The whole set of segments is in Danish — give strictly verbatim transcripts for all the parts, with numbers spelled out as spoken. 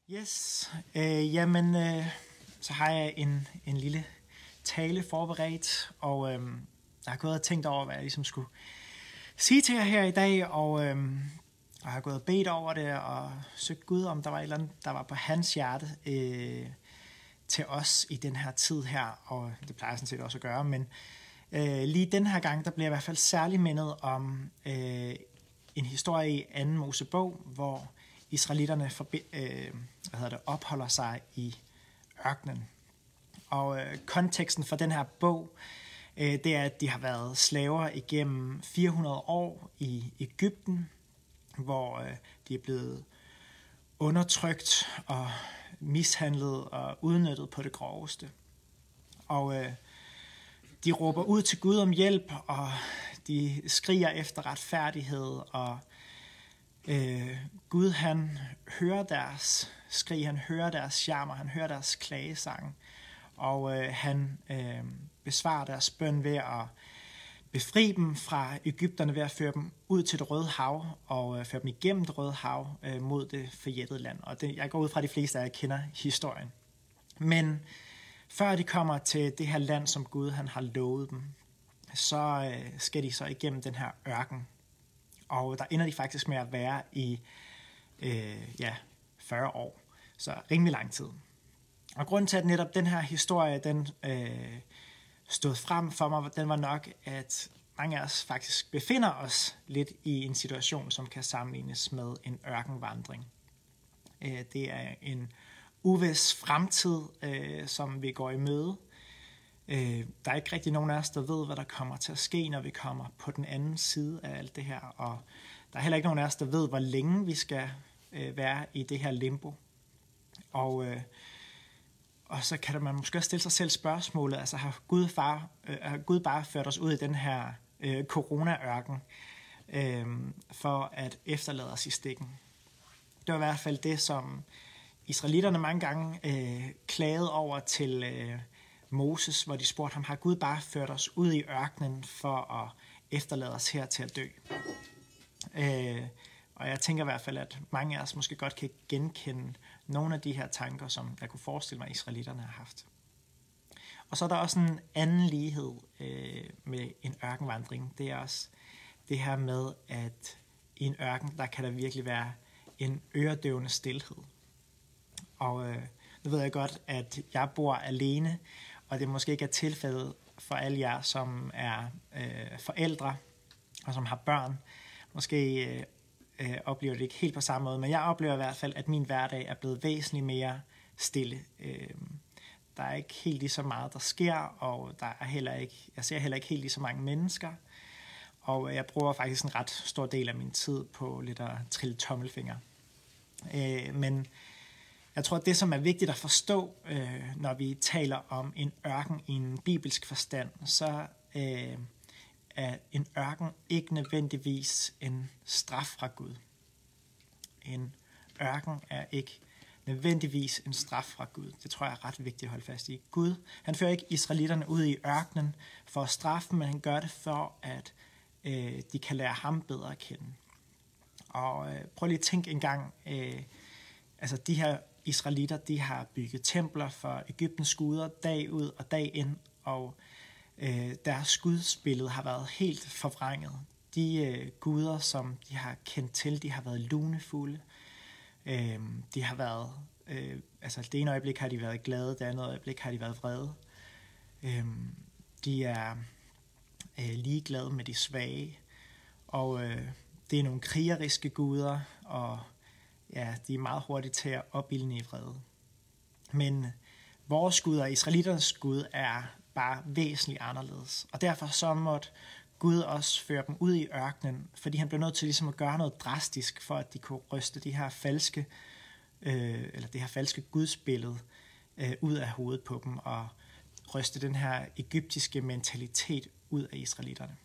Yes, øh, jamen øh, så har jeg en, en lille tale forberedt, og øh, jeg har gået og tænkt over, hvad jeg ligesom skulle sige til jer her i dag, og øh, jeg har gået og bedt over det, og søgt Gud, om der var et eller andet, der var på hans hjerte øh, til os i den her tid her, og det plejer jeg sådan set også at gøre, men øh, lige den her gang, der bliver jeg i hvert fald særlig mindet om øh, en historie i anden Mosebog, hvor israelitterne forbi- øh, hvad hedder det, opholder sig i ørkenen. Og øh, konteksten for den her bog, øh, det er, at de har været slaver igennem fire hundrede år i Egypten, hvor øh, de er blevet undertrykt og mishandlet og udnyttet på det groveste. Og øh, de råber ud til Gud om hjælp, og de skriger efter retfærdighed, og Øh, Gud, han hører deres skrig, han hører deres jammer, han hører deres klagesang, og øh, han øh, besvarer deres bøn ved at befri dem fra egypterne ved at føre dem ud til det Røde Hav og øh, føre dem igennem det Røde Hav øh, mod det forjættede land. Og det, jeg går ud fra, at de fleste af jer kender historien. Men før de kommer til det her land, som Gud han har lovet dem, så øh, skal de så igennem den her ørken. Og der ender de faktisk med at være i øh, ja, fyrre år. Så rimelig lang tid. Og grunden til, at netop den her historie, den øh, stod frem for mig, den var nok, at mange af os faktisk befinder os lidt i en situation, som kan sammenlignes med en ørkenvandring. Øh, det er en uvis fremtid, øh, som vi går i møde. Øh, der er ikke rigtig nogen af os, der ved, hvad der kommer til at ske, når vi kommer på den anden side af alt det her. Og der er heller ikke nogen af os, der ved, hvor længe vi skal øh, være i det her limbo. Og, øh, og så kan man måske også stille sig selv spørgsmålet, altså har Gud, far, øh, har Gud bare ført os ud i den her øh, corona-ørken øh, for at efterlade os i stikken? Det var i hvert fald det, som israelitterne mange gange øh, klagede over til øh, Moses, hvor de spurgte ham, har Gud bare ført os ud i ørkenen for at efterlade os her til at dø? Øh, og jeg tænker i hvert fald, at mange af os måske godt kan genkende nogle af de her tanker, som jeg kunne forestille mig, at israelitterne har haft. Og så er der også en anden lighed øh, med en ørkenvandring. Det er også det her med, at i en ørken, der kan der virkelig være en øredøvende stilhed. Og øh, nu ved jeg godt, at jeg bor alene, og det måske ikke er tilfældet for alle jer, som er øh, forældre og som har børn. Måske øh, øh, oplever det ikke helt på samme måde, men jeg oplever i hvert fald, at min hverdag er blevet væsentligt mere stille. Øh, der er ikke helt lige så meget, der sker, og der er heller ikke, jeg ser heller ikke helt lige så mange mennesker. Og jeg bruger faktisk en ret stor del af min tid på lidt at trille tommelfinger. Øh, men jeg tror, at det, som er vigtigt at forstå, øh, når vi taler om en ørken i en bibelsk forstand, så øh, er en ørken ikke nødvendigvis en straf fra Gud. En ørken er ikke nødvendigvis en straf fra Gud. Det tror jeg er ret vigtigt at holde fast i. Gud, han fører ikke israelitterne ud i ørkenen for at straffe, men han gør det for, at øh, de kan lære ham bedre at kende. Og øh, prøv lige at tænke en gang, øh, altså de her israelitter, de har bygget templer for Egyptens guder dag ud og dag ind, og øh, deres gudsbillede har været helt forvrænget. De øh, guder, som de har kendt til, de har været lunefulde. Øh, de har været, øh, altså det ene øjeblik har de været glade, det andet øjeblik har de været vrede. Øh, de er øh, ligeglade med de svage, og øh, det er nogle krigeriske guder, og ja, de er meget hurtige til at opildne i vrede. Men vores Gud og israelitternes Gud er bare væsentligt anderledes. Og derfor så måtte Gud også føre dem ud i ørkenen, fordi han blev nødt til ligesom at gøre noget drastisk, for at de kunne ryste de her falske, øh, eller det her falske gudsbillede øh, ud af hovedet på dem, og ryste den her egyptiske mentalitet ud af israelitterne.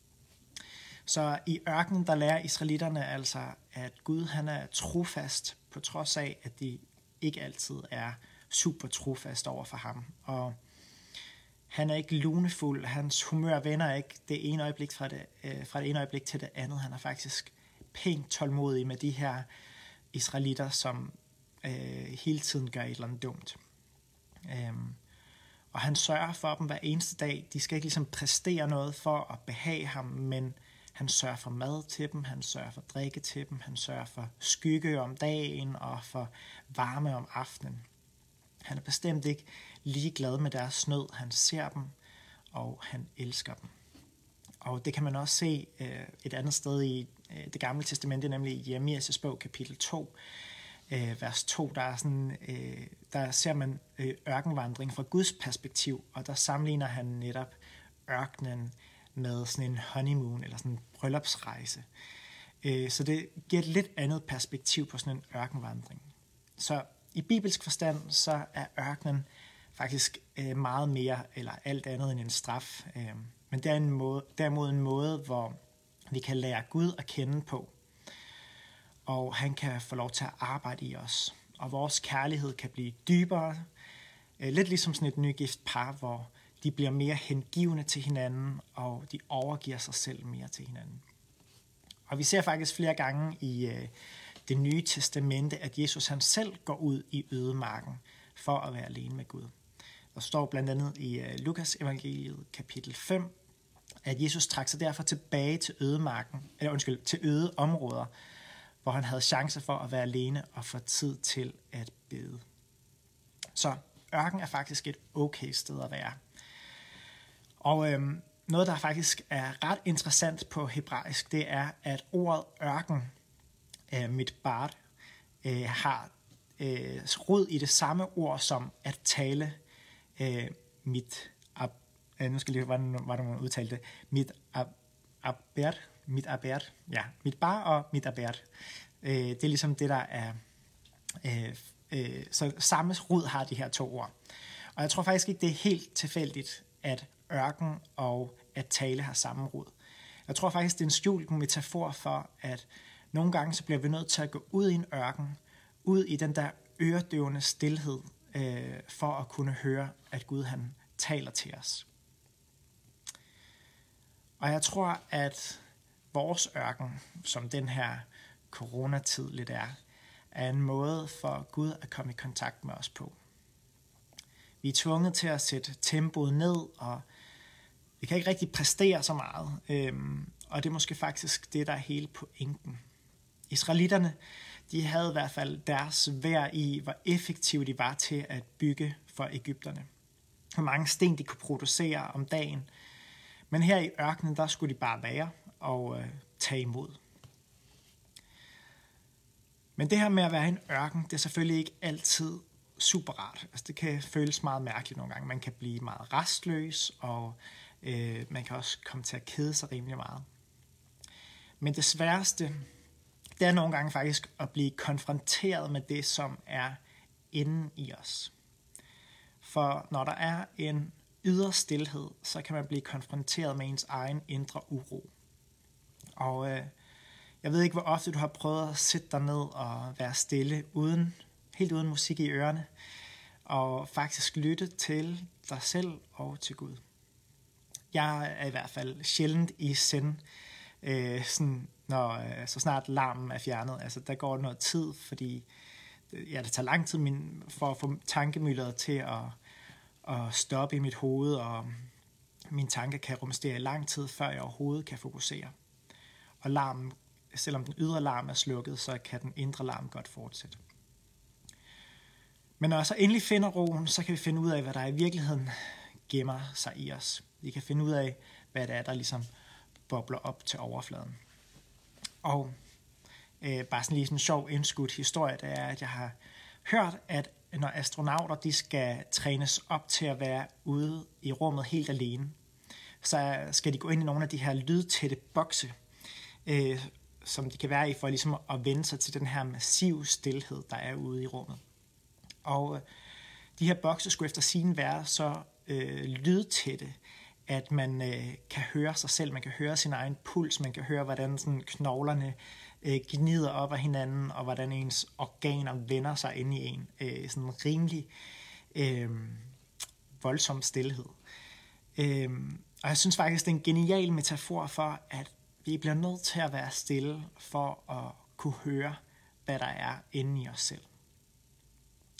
Så i ørkenen, der lærer israelitterne altså, at Gud han er trofast, på trods af, at de ikke altid er super trofast over for ham. Og han er ikke lunefuld, hans humør vender ikke det ene øjeblik fra det, øh, fra det ene øjeblik til det andet. Han er faktisk pænt tålmodig med de her israelitter, som øh, hele tiden gør et eller andet dumt. Øhm, og han sørger for dem hver eneste dag. De skal ikke ligesom præstere noget for at behage ham, men han sørger for mad til dem, han sørger for drikke til dem, han sørger for skygge om dagen og for varme om aftenen. Han er bestemt ikke ligeglad med deres nød. Han ser dem, og han elsker dem. Og det kan man også se øh, et andet sted i øh, det gamle testamente, nemlig i Jeremias' bog, kapitel to, øh, vers to. Der, er sådan, øh, der ser man øh, ørkenvandring fra Guds perspektiv, og der sammenligner han netop ørkenen med sådan en honeymoon, eller sådan en bryllupsrejse. Øh, så det giver et lidt andet perspektiv på sådan en ørkenvandring. Så i bibelsk forstand, så er ørkenen faktisk øh, meget mere, eller alt andet end en straf. Øh, men det er en måde, derimod en måde, hvor vi kan lære Gud at kende på. Og han kan få lov til at arbejde i os. Og vores kærlighed kan blive dybere. Øh, lidt ligesom sådan et nygift par, hvor de bliver mere hengivne til hinanden, og de overgiver sig selv mere til hinanden. Og vi ser faktisk flere gange i øh, det nye testamente, at Jesus han selv går ud i ødemarken for at være alene med Gud. Der står blandt andet i uh, Lukas evangeliet kapitel fem, at Jesus trak sig derfor tilbage til ødemarken, eller undskyld, til øde områder, hvor han havde chance for at være alene og få tid til at bede. Så ørken er faktisk et okay sted at være. Og øhm, noget, der faktisk er ret interessant på hebraisk, det er, at ordet ørken, øh, midbar, øh, har øh, rod i det samme ord som at tale øh, mit ab, øh, nu skal jeg lige, hvordan var det, man udtalte det, mit ab, aber, mit aber, ja, midbar og mit aber. Øh, det er ligesom det, der er, øh, øh, så samme rod har de her to ord. Og jeg tror faktisk ikke, det er helt tilfældigt, at ørken og at tale har samme rod. Jeg tror faktisk, det er en skjult metafor for, at nogle gange så bliver vi nødt til at gå ud i en ørken, ud i den der øredøvende stilhed, øh, for at kunne høre, at Gud han taler til os. Og jeg tror, at vores ørken, som den her coronatid lidt er, er en måde for Gud at komme i kontakt med os på. Vi er tvunget til at sætte tempoet ned, og vi kan ikke rigtig præstere så meget. Øhm, og det er måske faktisk det, der er hele pointen. Israelitterne, de havde i hvert fald deres værd i, hvor effektive de var til at bygge for egypterne. Hvor mange sten de kunne producere om dagen. Men her i ørkenen, der skulle de bare være og øh, tage imod. Men det her med at være i en ørken, det er selvfølgelig ikke altid super rart. Altså, det kan føles meget mærkeligt nogle gange. Man kan blive meget rastløs, og øh, man kan også komme til at kede sig rimelig meget. Men det sværeste, det er nogle gange faktisk at blive konfronteret med det, som er inde i os. For når der er en ydre stilhed, så kan man blive konfronteret med ens egen indre uro. Og øh, jeg ved ikke, hvor ofte du har prøvet at sætte dig ned og være stille, uden, helt uden musik i ørerne, og faktisk lytte til dig selv og til Gud. Jeg er i hvert fald sjældent i zen, øh, sådan, når, øh, så snart larmen er fjernet. Altså, der går noget tid, fordi ja, det tager lang tid min, for at få tankemylderet til at, at stoppe i mit hoved, og mine tanker kan rumstere i lang tid, før jeg overhovedet kan fokusere. Og larmen, selvom den ydre larm er slukket, så kan den indre larm godt fortsætte. Men når jeg så endelig finder roen, så kan vi finde ud af, hvad der i virkeligheden gemmer sig i os. Vi kan finde ud af, hvad det er, der ligesom bobler op til overfladen. Og øh, bare sådan lige sådan en sjov indskudt historie, det er, at jeg har hørt, at når astronauter de skal trænes op til at være ude i rummet helt alene, så skal de gå ind i nogle af de her lydtætte bokse, øh, som de kan være i for ligesom at vende sig til den her massive stilhed, der er ude i rummet. Og øh, de her bokse skulle efter sigende være så øh, lydtætte, at man øh, kan høre sig selv, man kan høre sin egen puls, man kan høre, hvordan sådan knoglerne øh, gnider op af hinanden, og hvordan ens organer vender sig ind i en. Øh, sådan en rimelig øh, voldsom stilhed. Øh, og jeg synes faktisk, det er en genial metafor for, at vi bliver nødt til at være stille, for at kunne høre, hvad der er inde i os selv.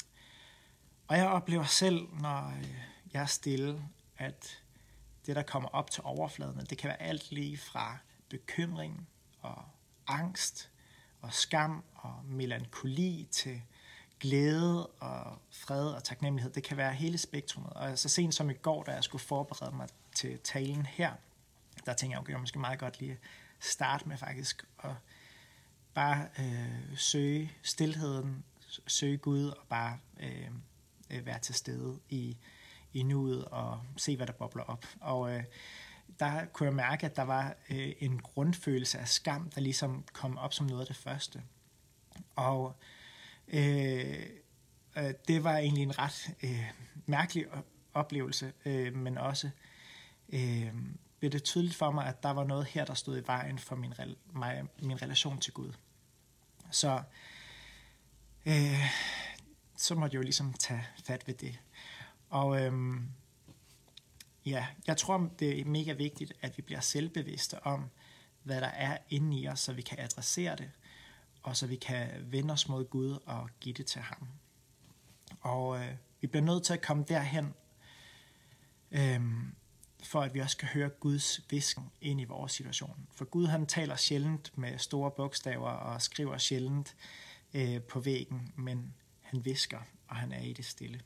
Og jeg oplever selv, når jeg er stille, at det, der kommer op til overfladen, det kan være alt lige fra bekymring og angst og skam og melankoli til glæde og fred og taknemmelighed. Det kan være hele spektrummet. Og så sent som i går, da jeg skulle forberede mig til talen her, der tænkte jeg, okay, jeg måske meget godt lige starte med faktisk at bare øh, søge stilheden, søge Gud og bare øh, være til stede i, i nuet og se, hvad der bobler op. Og øh, der kunne jeg mærke, at der var øh, en grundfølelse af skam, der ligesom kom op som noget af det første. Og øh, øh, det var egentlig en ret øh, mærkelig oplevelse, øh, men også øh, blev det tydeligt for mig, at der var noget her, der stod i vejen for min, mig, min relation til Gud. Så øh, så måtte jeg jo ligesom tage fat ved det. Og øh, ja, jeg tror, det er mega vigtigt, at vi bliver selvbevidste om, hvad der er inde i os, så vi kan adressere det, og så vi kan vende os mod Gud og give det til ham. Og øh, vi bliver nødt til at komme derhen, øh, for at vi også kan høre Guds hvisken ind i vores situation. For Gud, han taler sjældent med store bogstaver og skriver sjældent øh, på væggen, men han hvisker, og han er i det stille.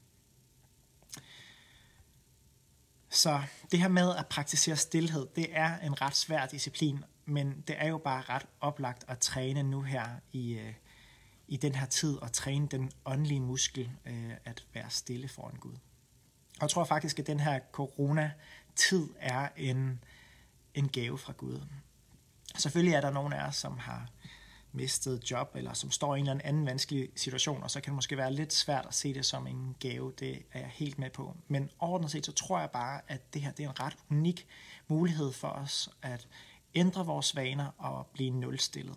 Så det her med at praktisere stilhed, det er en ret svær disciplin, men det er jo bare ret oplagt at træne nu her i, øh, i den her tid, og træne den åndelige muskel øh, at være stille foran Gud. Og jeg tror faktisk, at den her corona-tid er en, en gave fra Gud. Selvfølgelig er der nogen af os, som har mistet job, eller som står i en eller anden vanskelig situation, og så kan det måske være lidt svært at se det som en gave. Det er jeg helt med på. Men overordnet set, så tror jeg bare, at det her det er en ret unik mulighed for os at ændre vores vaner og blive nulstillet.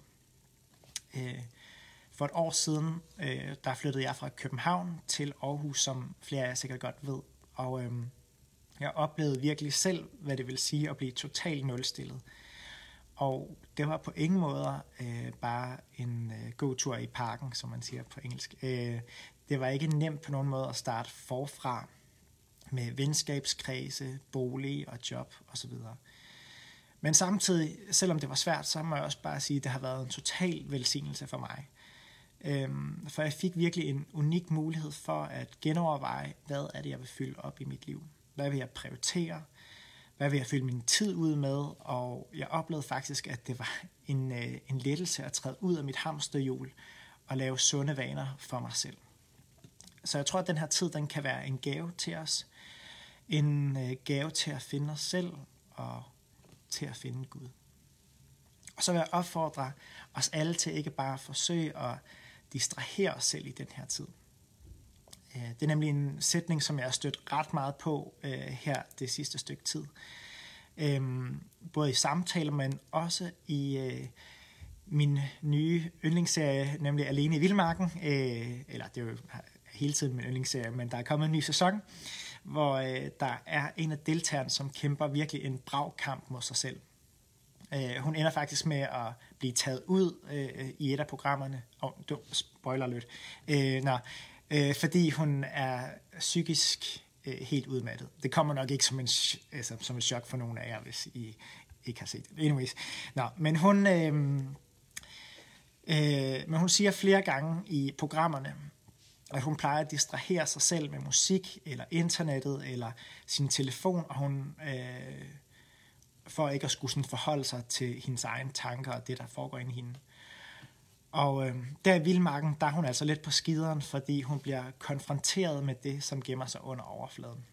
For et år siden, der flyttede jeg fra København til Aarhus, som flere af jer sikkert godt ved. Og øhm, jeg oplevede virkelig selv, hvad det vil sige at blive totalt nulstillet. Og det var på ingen måder øh, bare en øh, god tur i parken, som man siger på engelsk. Øh, det var ikke nemt på nogen måde at starte forfra med venskabskredse, bolig og job osv. Men samtidig, selvom det var svært, så må jeg også bare sige, at det har været en total velsignelse for mig. Øhm, for jeg fik virkelig en unik mulighed for at genoverveje, hvad er det, jeg vil fylde op i mit liv. Hvad vil jeg prioritere? Hvad vil jeg fylde min tid ud med? Og jeg oplevede faktisk, at det var en, øh, en lettelse at træde ud af mit hamsterhjul og lave sunde vaner for mig selv. Så jeg tror, at den her tid, den kan være en gave til os. En øh, gave til at finde os selv og til at finde Gud. Og så vil jeg opfordre os alle til ikke bare at forsøge at distrahere os selv i den her tid. Det er nemlig en sætning, som jeg har stødt ret meget på øh, her det sidste stykke tid. Øhm, både i samtaler, men også i øh, min nye yndlingsserie, nemlig Alene i Vildmarken. Øh, eller det er jo hele tiden min yndlingsserie, men der er kommet en ny sæson, hvor øh, der er en af deltagerne, som kæmper virkelig en brav kamp mod sig selv. Øh, hun ender faktisk med at blive taget ud øh, i et af programmerne. Åh, oh, spoiler lidt. Øh, nå, øh, fordi hun er psykisk øh, helt udmattet. Det kommer nok ikke som en altså, som et chok for nogen af jer, hvis I ikke har set det. Anyways. Nå, men hun øh, øh, men hun siger flere gange i programmerne, at hun plejer at distrahere sig selv med musik eller internettet eller sin telefon, og hun øh, for ikke at skulle sådan forholde sig til hendes egne tanker og det, der foregår inde i hende. Og øh, der i Vildmarken, der er hun altså lidt på skideren, fordi hun bliver konfronteret med det, som gemmer sig under overfladen.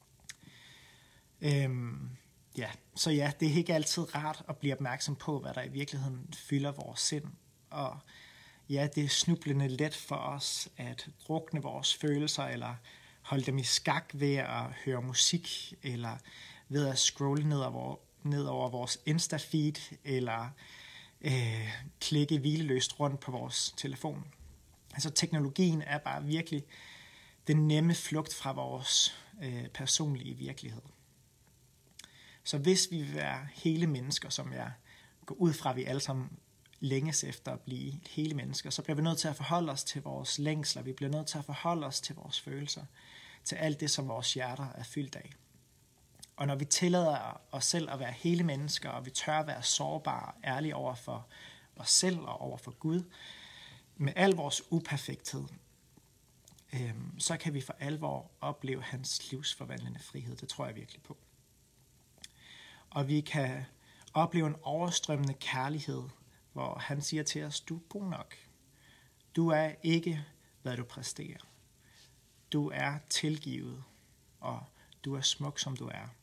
Øhm, ja, så ja, det er ikke altid rart at blive opmærksom på, hvad der i virkeligheden fylder vores sind. Og ja, det er snublende let for os at drukne vores følelser, eller holde dem i skak ved at høre musik, eller ved at scrolle ned over, ned over vores Insta-feed, eller øh, klikke hvileløst rundt på vores telefon. Altså teknologien er bare virkelig den nemme flugt fra vores øh, personlige virkelighed. Så hvis vi vil være hele mennesker, som jeg går ud fra, vi alle sammen længes efter at blive hele mennesker, så bliver vi nødt til at forholde os til vores længsler. Vi bliver nødt til at forholde os til vores følelser, til alt det, som vores hjerter er fyldt af. Og når vi tillader os selv at være hele mennesker, og vi tør at være sårbare og ærlige over for os selv og over for Gud, med al vores uperfekthed, øhm, så kan vi for alvor opleve hans livsforvandlende frihed. Det tror jeg virkelig på. Og vi kan opleve en overstrømmende kærlighed, hvor han siger til os, du er god nok. Du er ikke, hvad du præsterer. Du er tilgivet, og du er smuk, som du er.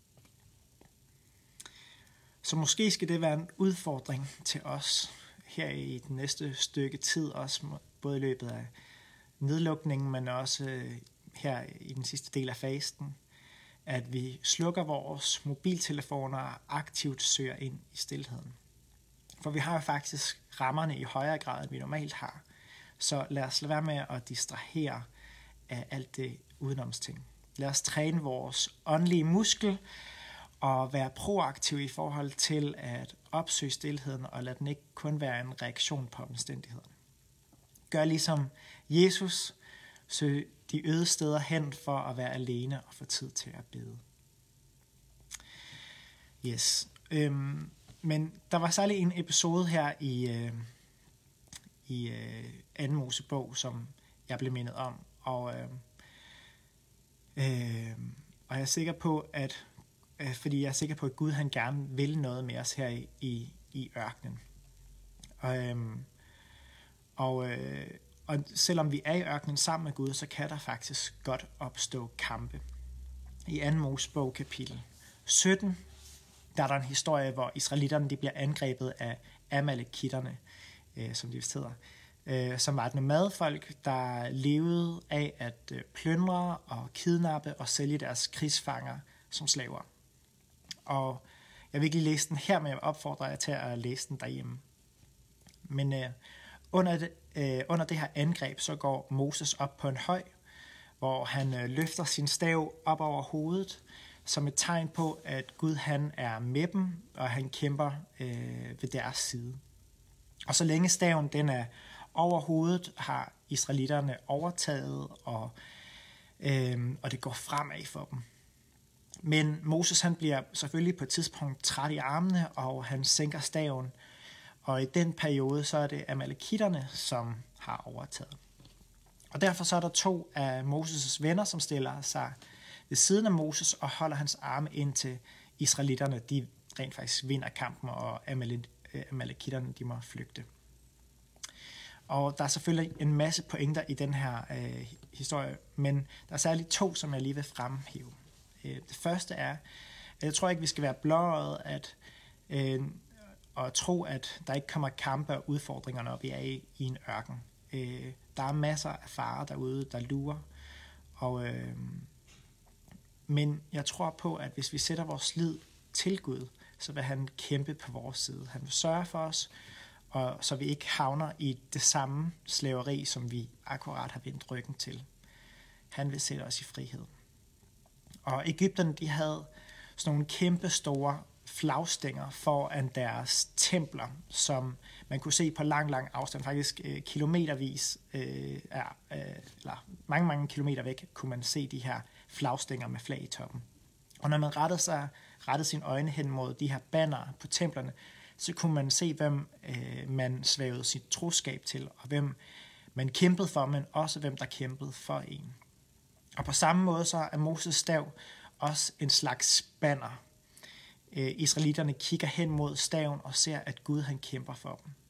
Så måske skal det være en udfordring til os her i det næste stykke tid, også både i løbet af nedlukningen, men også her i den sidste del af fasten, at vi slukker vores mobiltelefoner og aktivt søger ind i stilheden. For vi har jo faktisk rammerne i højere grad, end vi normalt har. Så lad os lade være med at distrahere af alt det udenomsting. Lad os træne vores åndelige muskel og være proaktive i forhold til at opsøge stilheden, og lad den ikke kun være en reaktion på omstændighederne. Gør ligesom Jesus, søg de øde steder hen for at være alene og få tid til at bede. Yes. Øhm, men der var særlig en episode her i, øh, i øh, anden Mosebog, som jeg blev mindet om, og, øh, øh, og jeg er sikker på, at øh, fordi jeg er sikker på, at Gud han gerne vil noget med os her i, i, i ørkenen. Og, øh, og øh, Og selvom vi er i ørkenen sammen med Gud, så kan der faktisk godt opstå kampe. I anden Mosebog kapitel sytten, der er der en historie, hvor israelitterne de bliver angrebet af amalekitterne, øh, som de vist hedder, øh, som var et nomadefolk, der levede af at øh, plyndre og kidnappe og sælge deres krigsfanger som slaver. Og jeg vil ikke lige læse den her, men jeg opfordrer jer til at læse den derhjemme. Men øh, Under det, øh, under det her angreb, så går Moses op på en høj, hvor han øh, løfter sin stav op over hovedet, som et tegn på, at Gud han er med dem, og han kæmper øh, ved deres side. Og så længe staven den er over hovedet, har israelitterne overtaget, og, øh, og det går fremad for dem. Men Moses han bliver selvfølgelig på et tidspunkt træt i armene, og han sænker staven. Og i den periode, så er det amalekitterne, som har overtaget. Og derfor så er der to af Moses' venner, som stiller sig ved siden af Moses og holder hans arme ind til israelitterne. De rent faktisk vinder kampen, og amalekitterne de må flygte. Og der er selvfølgelig en masse pointer i den her øh, historie, men der er særligt to, som jeg lige vil fremhæve. Øh, det første er, at jeg tror ikke, vi skal være blåøjet, at øh, og tro, at der ikke kommer kampe og udfordringer, når vi er i, i en ørken. Øh, der er masser af farer derude, der lurer. Og, øh, men jeg tror på, at hvis vi sætter vores lid til Gud, så vil han kæmpe på vores side. Han vil sørge for os, og så vi ikke havner i det samme slaveri, som vi akkurat har vendt ryggen til. Han vil sætte os i frihed. Og Egypterne, de havde sådan nogle kæmpe store flagstænger foran deres templer, som man kunne se på lang, lang afstand, faktisk øh, kilometervis, øh, er, øh, eller mange, mange kilometer væk, kunne man se de her flagstænger med flag i toppen. Og når man rettede, sig, rettede sine øjne hen mod de her banner på templerne, så kunne man se, hvem øh, man svævede sit troskab til, og hvem man kæmpede for, men også hvem der kæmpede for en. Og på samme måde så er Moses stav også en slags banner. Israelitterne kigger hen mod staven og ser, at Gud han kæmper for dem.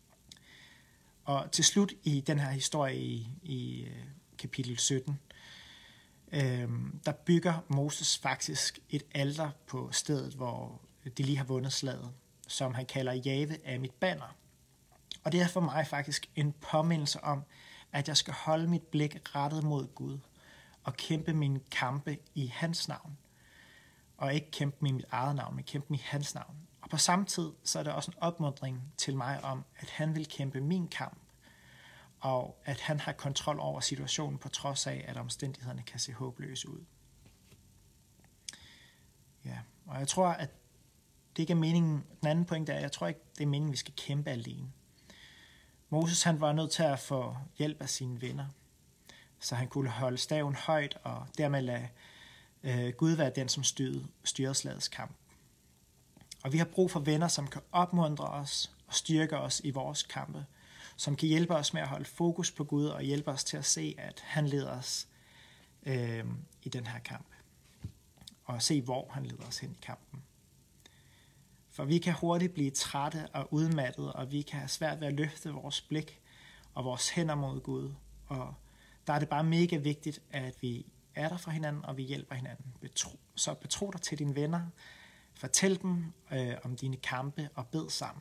Og til slut i den her historie i, i kapitel sytten, øh, der bygger Moses faktisk et alter på stedet, hvor de lige har vundet slaget, som han kalder Jave er mit banner. Og det er for mig faktisk en påmindelse om, at jeg skal holde mit blik rettet mod Gud og kæmpe mine kampe i hans navn. Og ikke kæmpe med mit eget navn, men kæmpe med hans navn. Og på samme tid, så er det også en opmuntring til mig om, at han vil kæmpe min kamp, og at han har kontrol over situationen, på trods af, at omstændighederne kan se håbløse ud. Ja, og jeg tror, at det ikke er meningen. Den anden pointe er, at jeg tror ikke, det er meningen, vi skal kæmpe alene. Moses han var nødt til at få hjælp af sine venner, så han kunne holde staven højt og dermed lade øh, Gud være den, som styrede, styrede slagets kamp. Og vi har brug for venner, som kan opmuntre os og styrke os i vores kampe, som kan hjælpe os med at holde fokus på Gud og hjælpe os til at se, at han leder os øh, i den her kamp. Og se, hvor han leder os hen i kampen. For vi kan hurtigt blive trætte og udmattede, og vi kan have svært ved at løfte vores blik og vores hænder mod Gud. Og der er det bare mega vigtigt, at vi er der for hinanden, og vi hjælper hinanden. Så betro dig til dine venner, fortæl dem øh, om dine kampe og bed sammen.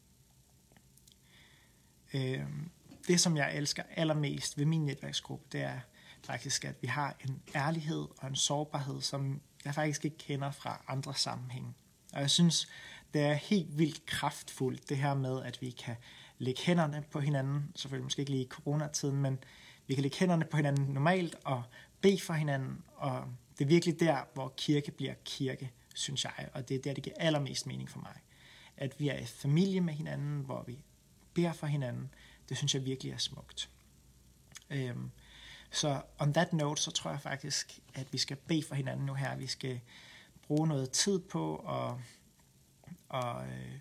Øh, det, som jeg elsker allermest ved min netværksgruppe, det er faktisk, at vi har en ærlighed og en sårbarhed, som jeg faktisk ikke kender fra andre sammenhænge. Og jeg synes, det er helt vildt kraftfuldt, det her med, at vi kan lægge hænderne på hinanden, selvfølgelig måske ikke lige i coronatiden, men vi kan lægge hænderne på hinanden normalt og bede for hinanden, og det er virkelig der, hvor kirke bliver kirke, synes jeg, og det er der, det giver allermest mening for mig. At vi er i familie med hinanden, hvor vi beder for hinanden, det synes jeg virkelig er smukt. Øhm, så on that note, så tror jeg faktisk, at vi skal bede for hinanden nu her. Vi skal bruge noget tid på at og, øh,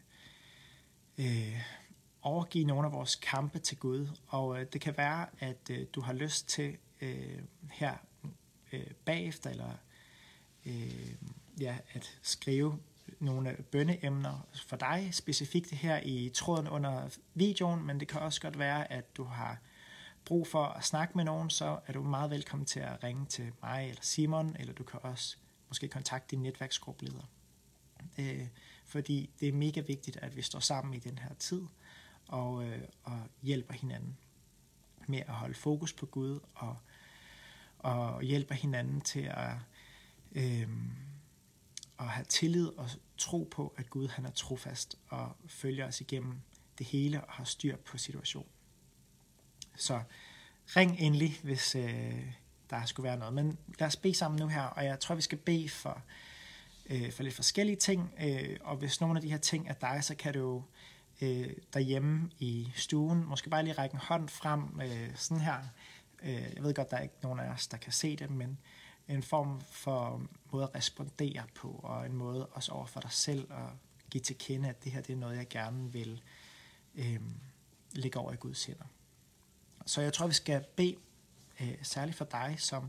øh, overgive nogle af vores kampe til Gud. Og øh, det kan være, at øh, du har lyst til øh, her øh, bagefter, eller øh, ja, at skrive nogle bønneemner for dig, specifikt her i tråden under videoen, men det kan også godt være, at du har brug for at snakke med nogen, så er du meget velkommen til at ringe til mig eller Simon, eller du kan også måske kontakte din netværksgruppeleder. Øh, fordi det er mega vigtigt, at vi står sammen i den her tid, og, øh, og hjælper hinanden med at holde fokus på Gud, og, og hjælper hinanden til at, øh, at have tillid og tro på, at Gud han er trofast og følger os igennem det hele og har styr på situationen. Så ring endelig, hvis øh, der skulle være noget. Men lad os bede sammen nu her, og jeg tror, vi skal bede for, øh, for lidt forskellige ting. Øh, og hvis nogle af de her ting er dig, så kan du øh, derhjemme i stuen måske bare lige række en hånd frem, øh, sådan her. Øh, jeg ved godt, der er ikke nogen af os, der kan se det, men en form for måde at respondere på, og en måde også over for dig selv at give til kende, at det her det er noget, jeg gerne vil øh, lægge over i Guds hænder. Så jeg tror, vi skal bede øh, særligt for dig, som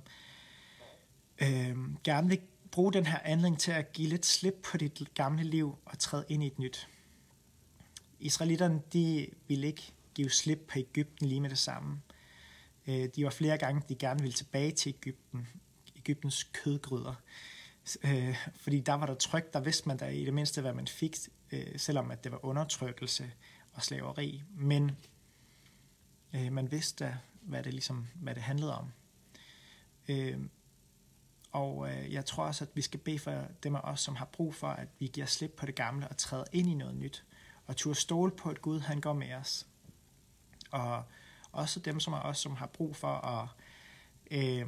øh, gerne vil bruge den her anledning til at give lidt slip på dit gamle liv og træde ind i et nyt. Israelitterne, de ville ikke give slip på Egypten lige med det samme. Øh, de var flere gange, de gerne ville tilbage til Egypten, Egyptens kødgryder. Øh, fordi der var der trygt, der vidste man da i det mindste, hvad man fik, øh, selvom at det var undertrykkelse og slaveri. Men øh, man vidste, hvad det, ligesom, hvad det handlede om. Øh, og øh, jeg tror også, at vi skal bede for dem af os, som har brug for, at vi giver slip på det gamle og træder ind i noget nyt. Og turde stole på, at Gud han går med os. Og også dem som er os, som har brug for at øh,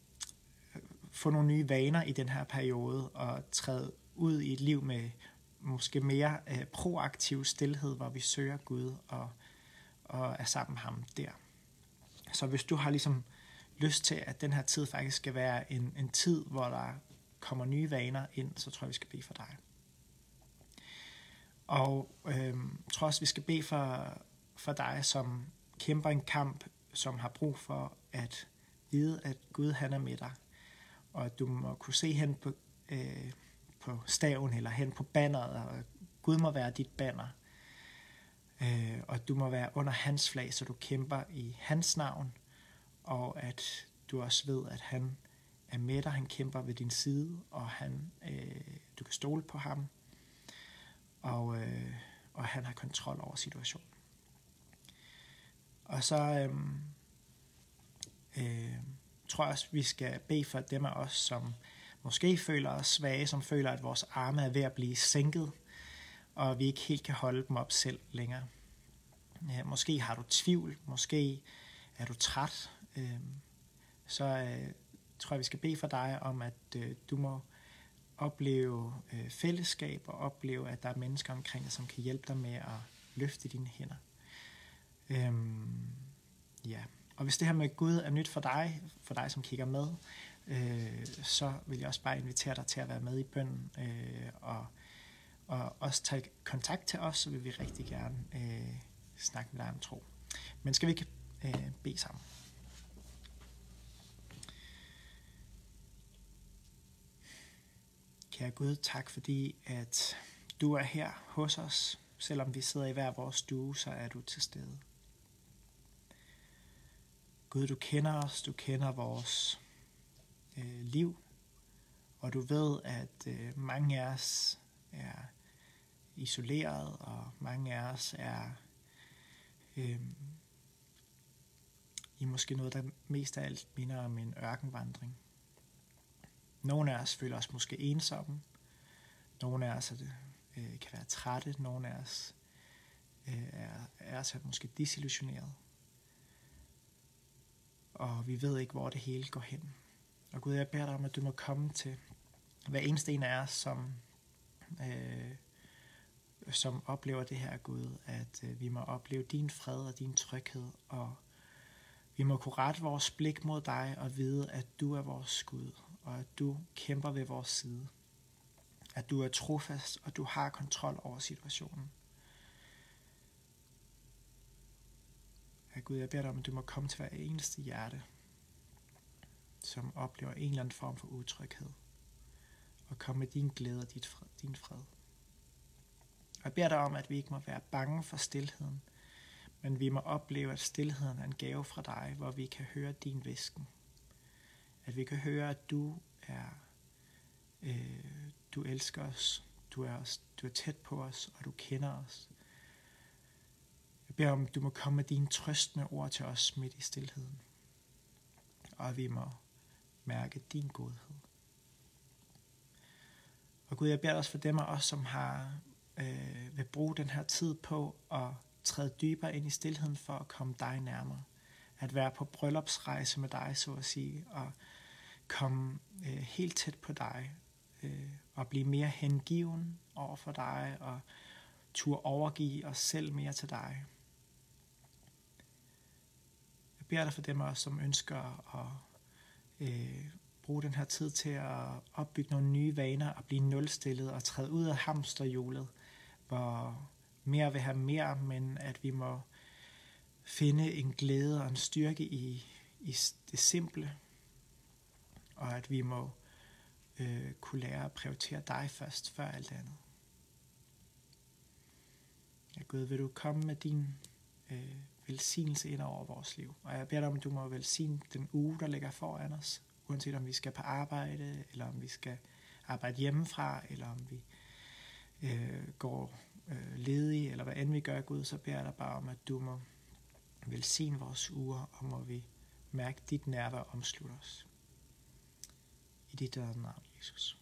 få nogle nye vaner i den her periode og træde ud i et liv med måske mere øh, proaktiv stilhed, hvor vi søger Gud og, og er sammen med ham der. Så hvis du har ligesom lyst til, at den her tid faktisk skal være en, en tid, hvor der kommer nye vaner ind, så tror jeg, vi skal bede for dig. Og øh, tror også, vi skal bede for, for dig, som kæmper en kamp, som har brug for at vide, at Gud han er med dig. Og at du må kunne se hen på, øh, på staven eller hen på banneret, og Gud må være dit banner. Øh, og du må være under hans flag, så du kæmper i hans navn, og at du også ved, at han er med dig, han kæmper ved din side, og han, øh, du kan stole på ham, og, øh, og han har kontrol over situationen. Og så øh, øh, tror jeg også, vi skal bede for dem af os, som måske føler os svage, som føler, at vores arme er ved at blive sænket, og vi ikke helt kan holde dem op selv længere. Ja, måske har du tvivl, måske er du træt, øh, så øh, tror jeg, vi skal bede for dig om, at øh, du må opleve øh, fællesskab og opleve, at der er mennesker omkring dig, som kan hjælpe dig med at løfte dine hænder. Øhm, ja. Og hvis det her med Gud er nyt for dig, for dig som kigger med, øh, så vil jeg også bare invitere dig til at være med i bønnen, øh, og, og også tage kontakt til os, så vil vi rigtig gerne øh, snakke med dig om tro. Men skal vi ikke øh, bede sammen? Kære Gud, tak fordi, at du er her hos os. Selvom vi sidder i hver vores stue, så er du til stede. Gud, du kender os, du kender vores øh, liv, og du ved, at øh, mange af os er isoleret, og mange af os er øh, i måske noget, der mest af alt minder om en ørkenvandring. Nogle af os føler os måske ensomme. Nogle af os øh, kan være trætte. Nogle af os øh, er, er så måske desillusioneret. Og vi ved ikke, hvor det hele går hen. Og Gud, jeg beder dig om, at du må komme til hver eneste en af os, som, øh, som oplever det her, Gud. At øh, vi må opleve din fred og din tryghed. Og vi må kunne rette vores blik mod dig og vide, at du er vores Gud. Og at du kæmper ved vores side. At du er trofast, og du har kontrol over situationen. Ja, Gud, jeg beder dig om, at du må komme til hver eneste hjerte, som oplever en eller anden form for utryghed, og komme med din glæde og dit fred, din fred. Og jeg beder dig om, at vi ikke må være bange for stilheden, men vi må opleve, at stilheden er en gave fra dig, hvor vi kan høre din hvisken. At vi kan høre, at du er, øh, du elsker os, du er, os, du er tæt på os, og du kender os. Jeg beder om, at du må komme med dine trøstende ord til os midt i stilheden. Og vi må mærke din godhed. Og Gud, jeg beder også for dem af os, som har øh, vil bruge den her tid på at træde dybere ind i stilheden for at komme dig nærmere. At være på bryllupsrejse med dig, så at sige, og komme øh, helt tæt på dig, øh, og blive mere hengiven over for dig, og turde overgive os selv mere til dig. Jeg beder dig for dem af os, som ønsker at øh, bruge den her tid til at opbygge nogle nye vaner, og blive nulstillet og træde ud af hamsterhjulet, hvor mere vil have mere, men at vi må finde en glæde og en styrke i, i det simple, og at vi må øh, kunne lære at prioritere dig først, før alt andet. Ja, Gud, vil du komme med din øh, velsignelse ind over vores liv. Og jeg beder dig om, at du må velsigne den uge, der ligger foran os, uanset om vi skal på arbejde, eller om vi skal arbejde hjemmefra, eller om vi øh, går øh, ledige, eller hvad end vi gør, Gud, så beder jeg dig bare om, at du må velsigne vores uger, og må vi mærke dit nærvær omslutte os. I dit navn, Jesus.